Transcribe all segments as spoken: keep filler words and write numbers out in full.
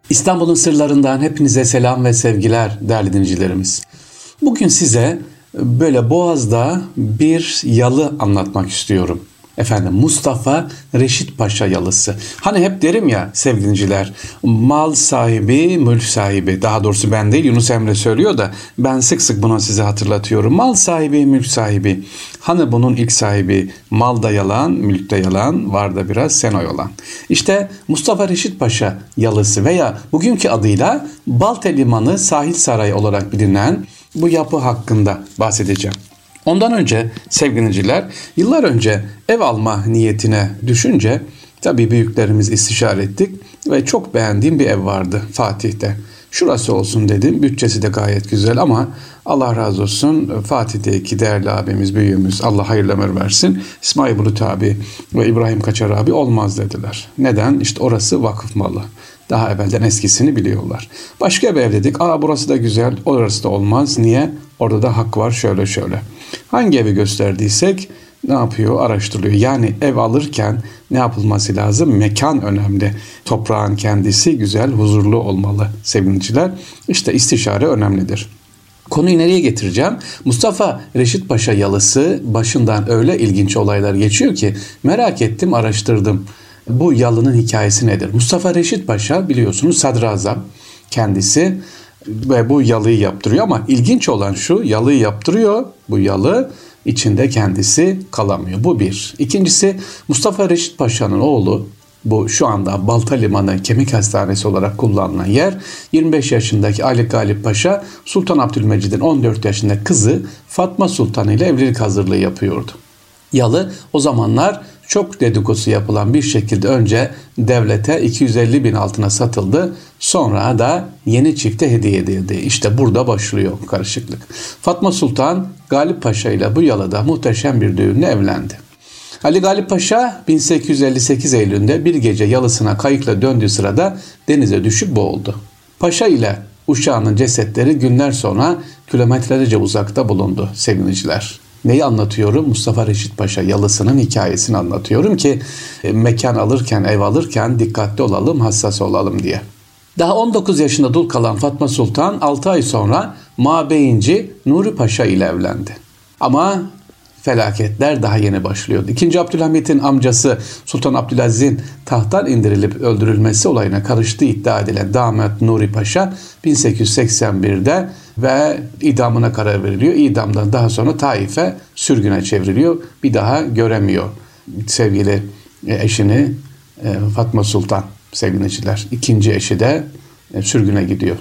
İstanbul'un sırlarından hepinize selam ve sevgiler değerli dinleyicilerimiz. Bugün size böyle Boğaz'da bir yalı anlatmak istiyorum. Efendim Mustafa Reşit Paşa yalısı. Hani hep derim ya sevgili dinleyiciler, mal sahibi, mülk sahibi. Daha doğrusu ben değil, Yunus Emre söylüyor da ben sık sık bunu size hatırlatıyorum. Mal sahibi, mülk sahibi. Hani bunun ilk sahibi mal da yalan, mülk de yalan, var da biraz sen oy olan. İşte Mustafa Reşit Paşa yalısı veya bugünkü adıyla Balta Limanı Sahil Sarayı olarak bilinen bu yapı hakkında bahsedeceğim. Ondan önce sevgili dinleyiciler, yıllar önce ev alma niyetine düşünce tabii büyüklerimiz istişare ettik ve çok beğendiğim bir ev vardı Fatih'te. Şurası olsun dedim. Bütçesi de gayet güzel ama Allah razı olsun Fatih'teki değerli abimiz, büyüğümüz, Allah hayırlı ömür versin, İsmail Bulut abi ve İbrahim Kaçar abi olmaz dediler. Neden? İşte orası vakıf malı. Daha evvelden eskisini biliyorlar. Başka bir ev dedik. Aa burası da güzel, orası da olmaz. Niye? Orada da hak var şöyle şöyle. Hangi evi gösterdiysek ne yapıyor? Araştırılıyor. Yani ev alırken ne yapılması lazım? Mekan önemli. Toprağın kendisi güzel, huzurlu olmalı sevgiliciler. İşte istişare önemlidir. Konuyu nereye getireceğim? Mustafa Reşit Paşa yalısı başından öyle ilginç olaylar geçiyor ki merak ettim, araştırdım. Bu yalının hikayesi nedir? Mustafa Reşit Paşa biliyorsunuz sadrazam kendisi ve bu yalıyı yaptırıyor ama ilginç olan şu, yalıyı yaptırıyor, bu yalı içinde kendisi kalamıyor. Bu bir. İkincisi, Mustafa Reşit Paşa'nın oğlu, bu şu anda Balta Limanı Kemik Hastanesi olarak kullanılan yer, yirmi beş yaşındaki Ali Galip Paşa Sultan Abdülmecid'in on dört yaşındaki kızı Fatma Sultan ile evlilik hazırlığı yapıyordu. Yalı o zamanlar çok dedikodusu yapılan bir şekilde önce devlete iki yüz elli bin altına satıldı. Sonra da yeni çifte hediye edildi. İşte burada başlıyor karışıklık. Fatma Sultan Galip Paşa ile bu yalıda muhteşem bir düğünle evlendi. Ali Galip Paşa bin sekiz yüz elli sekiz Eylül'de bir gece yalısına kayıkla döndüğü sırada denize düşüp boğuldu. Paşa ile uşağının cesetleri günler sonra kilometrelerce uzakta bulundu sevgiliciler. Neyi anlatıyorum? Mustafa Reşit Paşa yalısının hikayesini anlatıyorum ki e, mekan alırken, ev alırken dikkatli olalım, hassas olalım diye. Daha on dokuz yaşında dul kalan Fatma Sultan altı ay sonra Mabeyinci Nuri Paşa ile evlendi. Ama felaketler daha yeni başlıyordu. İkinci Abdülhamit'in amcası Sultan Abdülaziz'in tahttan indirilip öldürülmesi olayına karıştığı iddia edilen damat Nuri Paşa bin sekiz yüz seksen birde ve idamına karar veriliyor. İdamdan daha sonra Taif'e sürgüne çevriliyor. Bir daha göremiyor sevgili eşini Fatma Sultan sevgiliciler. İkinci eşi de sürgüne gidiyor.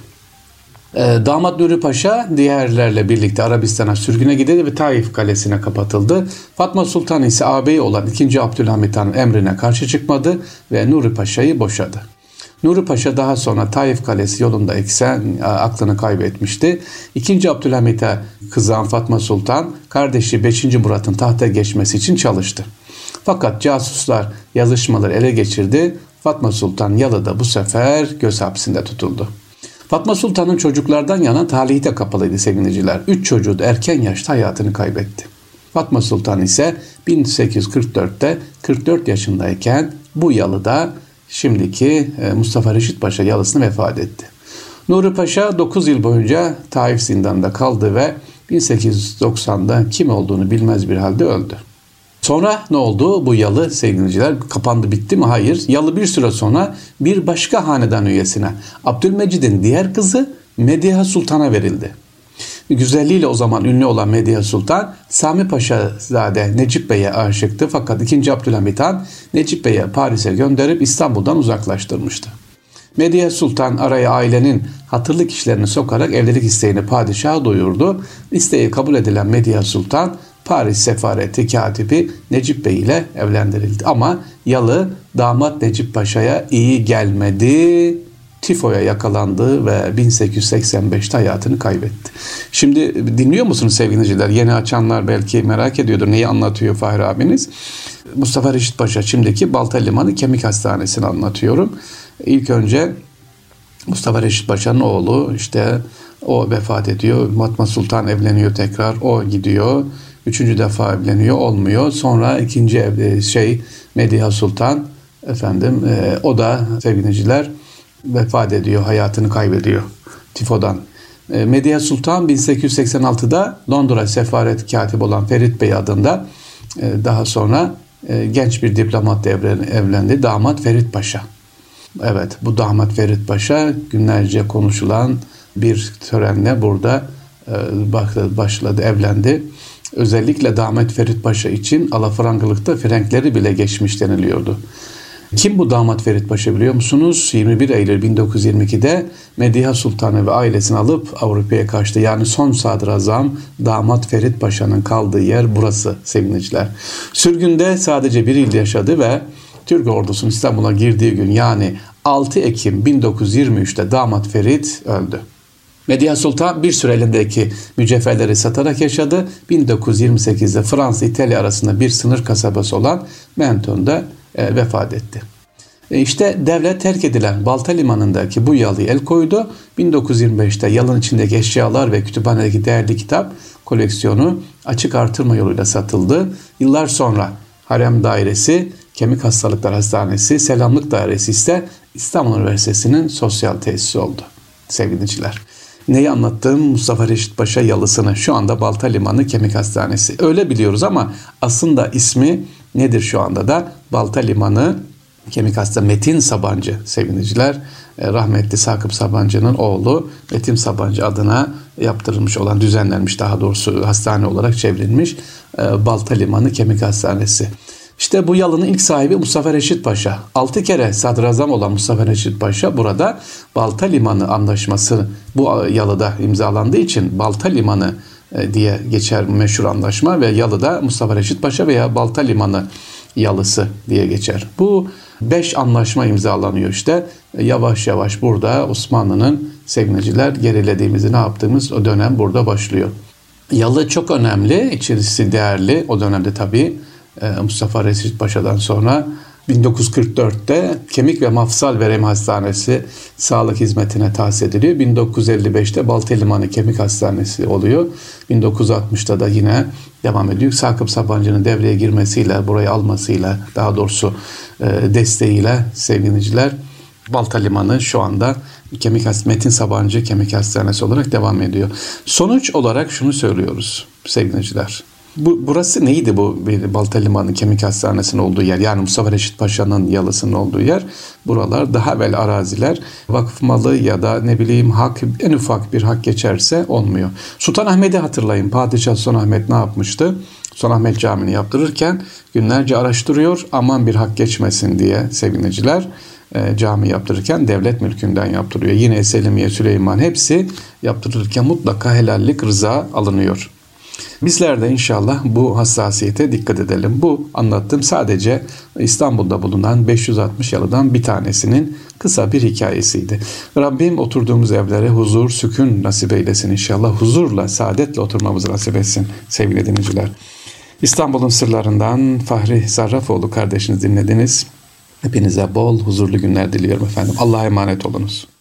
Damat Nuri Paşa diğerlerle birlikte Arabistan'a sürgüne gidildi ve Taif kalesine kapatıldı. Fatma Sultan ise ağabeyi olan ikinci Abdülhamit Han'ın emrine karşı çıkmadı ve Nuri Paşa'yı boşadı. Nuri Paşa daha sonra Taif Kalesi yolunda eksen aklını kaybetmişti. ikinci Abdülhamit'e kızan Fatma Sultan kardeşi beşinci Murat'ın tahta geçmesi için çalıştı. Fakat casuslar yazışmaları ele geçirdi. Fatma Sultan yalıda bu sefer göz hapsinde tutuldu. Fatma Sultan'ın çocuklardan yana talihi de kapalıydı sevgiliciler. Üç çocuğu da erken yaşta hayatını kaybetti. Fatma Sultan ise bin sekiz yüz kırk dörtte kırk dört yaşındayken bu yalıda şimdiki Mustafa Reşit Paşa yalısına vefat etti. Nuri Paşa dokuz yıl boyunca Taif zindanında kaldı ve bin sekiz yüz doksanda kim olduğunu bilmez bir halde öldü. Sonra ne oldu? Bu yalı sevgiliciler kapandı, bitti mi? Hayır. Yalı bir süre sonra bir başka hanedan üyesine, Abdülmecid'in diğer kızı Medihe Sultan'a verildi. Güzelliğiyle o zaman ünlü olan Medihe Sultan, Sami Paşazade Necip Bey'e aşıktı. Fakat ikinci Abdülhamit Han Necip Bey'e Paris'e gönderip İstanbul'dan uzaklaştırmıştı. Medihe Sultan araya ailenin hatırlı kişilerini sokarak evlilik isteğini padişaha duyurdu. İsteği kabul edilen Medihe Sultan, Paris Sefareti Katibi Necip Bey ile evlendirildi. Ama yalı damat Necip Paşa'ya iyi gelmedi. Tifoya yakalandı ve bin sekiz yüz seksen beşte hayatını kaybetti. Şimdi dinliyor musunuz sevgili dinleyiciler? Yeni açanlar belki merak ediyordur. Neyi anlatıyor Fahri abiniz? Mustafa Reşit Paşa şimdiki Balta Limanı Kemik Hastanesi'ni anlatıyorum. İlk önce Mustafa Reşit Paşa'nın oğlu, işte o vefat ediyor. Fatma Sultan evleniyor tekrar. O gidiyor. Üçüncü defa evleniyor. Olmuyor. Sonra ikinci evli şey Medihe Sultan efendim e, o da sevgiliciler vefat ediyor, hayatını kaybediyor tifodan. Medya Sultan bin sekiz yüz seksen altıda Londra Sefaret Katibi olan Ferit Bey adında daha sonra genç bir diplomatla evlendi. Damat Ferit Paşa. Evet, bu damat Ferit Paşa günlerce konuşulan bir törenle burada başladı, evlendi. Özellikle damat Ferit Paşa için alafrangılıkta Frenkleri bile geçmiş deniliyordu. Kim bu damat Ferit Paşa biliyor musunuz? yirmi bir Eylül bin dokuz yüz yirmi ikide Medya Sultanı ve ailesini alıp Avrupa'ya kaçtı. Yani son sadrazam damat Ferit Paşa'nın kaldığı yer burası sevgiliciler. Sürgünde sadece bir yıl yaşadı ve Türk ordusunun İstanbul'a girdiği gün yani altı Ekim bin dokuz yüz yirmi üçte damat Ferit öldü. Medya Sultan bir süre elindeki mücevherleri satarak yaşadı. bin dokuz yüz yirmi sekizde Fransa İtalya arasında bir sınır kasabası olan Menton'da e, vefat etti. E işte devlet terk edilen Balta Limanı'ndaki bu yalıya el koydu. bin dokuz yüz yirmi beşte yalın içindeki eşyalar ve kütüphanedeki değerli kitap koleksiyonu açık artırma yoluyla satıldı. Yıllar sonra Harem Dairesi, Kemik Hastalıklar Hastanesi, Selamlık Dairesi ise İstanbul Üniversitesi'nin sosyal tesisi oldu sevgili dinleyiciler. Neyi anlattım? Mustafa Reşit Paşa yalısını. Şu anda Balta Limanı Kemik Hastanesi. Öyle biliyoruz ama aslında ismi nedir şu anda da? Balta Limanı Kemik Hastanesi. Metin Sabancı sevgili dinleyiciler. Rahmetli Sakıp Sabancı'nın oğlu Metin Sabancı adına yaptırılmış olan, düzenlenmiş daha doğrusu hastane olarak çevrilmiş Balta Limanı Kemik Hastanesi. İşte bu yalının ilk sahibi Mustafa Reşit Paşa. Altı kere sadrazam olan Mustafa Reşit Paşa burada Balta Limanı Anlaşması bu yalıda imzalandığı için Balta Limanı diye geçer meşhur anlaşma ve yalıda Mustafa Reşit Paşa veya Balta Limanı yalısı diye geçer. Bu beş anlaşma imzalanıyor işte. Yavaş yavaş burada Osmanlı'nın sevgiliciler gerilediğimizi ne yaptığımız o dönem burada başlıyor. Yalı çok önemli, içerisi değerli o dönemde tabii. Mustafa Reşit Paşa'dan sonra bin dokuz yüz kırk dörtte Kemik ve Mafsal Verem Hastanesi sağlık hizmetine tahsis ediliyor. bin dokuz yüz elli beşte Balta Limanı Kemik Hastanesi oluyor. bin dokuz yüz altmışta da yine devam ediyor. Sakıp Sabancı'nın devreye girmesiyle, burayı almasıyla, daha doğrusu desteğiyle sevgiliciler Balta Limanı şu anda Kemik Hastanesi, Metin Sabancı Kemik Hastanesi olarak devam ediyor. Sonuç olarak şunu söylüyoruz sevgiliciler. Bu, burası neydi bu Balta Limanı Kemik Hastanesi'nin olduğu yer? Yani Mustafa Reşit Paşa'nın yalısının olduğu yer. Buralar daha evvel araziler. Vakıf malı ya da ne bileyim hak, en ufak bir hak geçerse olmuyor. Sultanahmet'i hatırlayın. Padişah Sultanahmet ne yapmıştı? Sultanahmet Camii'ni yaptırırken günlerce araştırıyor. Aman bir hak geçmesin diye sevgiliciler. E, cami yaptırırken devlet mülkünden yaptırıyor. Yine Selimiye, Süleyman hepsi yaptırırken mutlaka helallik, rıza alınıyor. Bizler de inşallah bu hassasiyete dikkat edelim. Bu anlattığım sadece İstanbul'da bulunan beş yüz altmış yalıdan bir tanesinin kısa bir hikayesiydi. Rabbim oturduğumuz evlere huzur, sükun nasip eylesin inşallah. Huzurla, saadetle oturmamızı nasip etsin sevgili dinleyiciler. İstanbul'un sırlarından Fahri Zarrafoğlu kardeşiniz dinlediniz. Hepinize bol huzurlu günler diliyorum efendim. Allah'a emanet olunuz.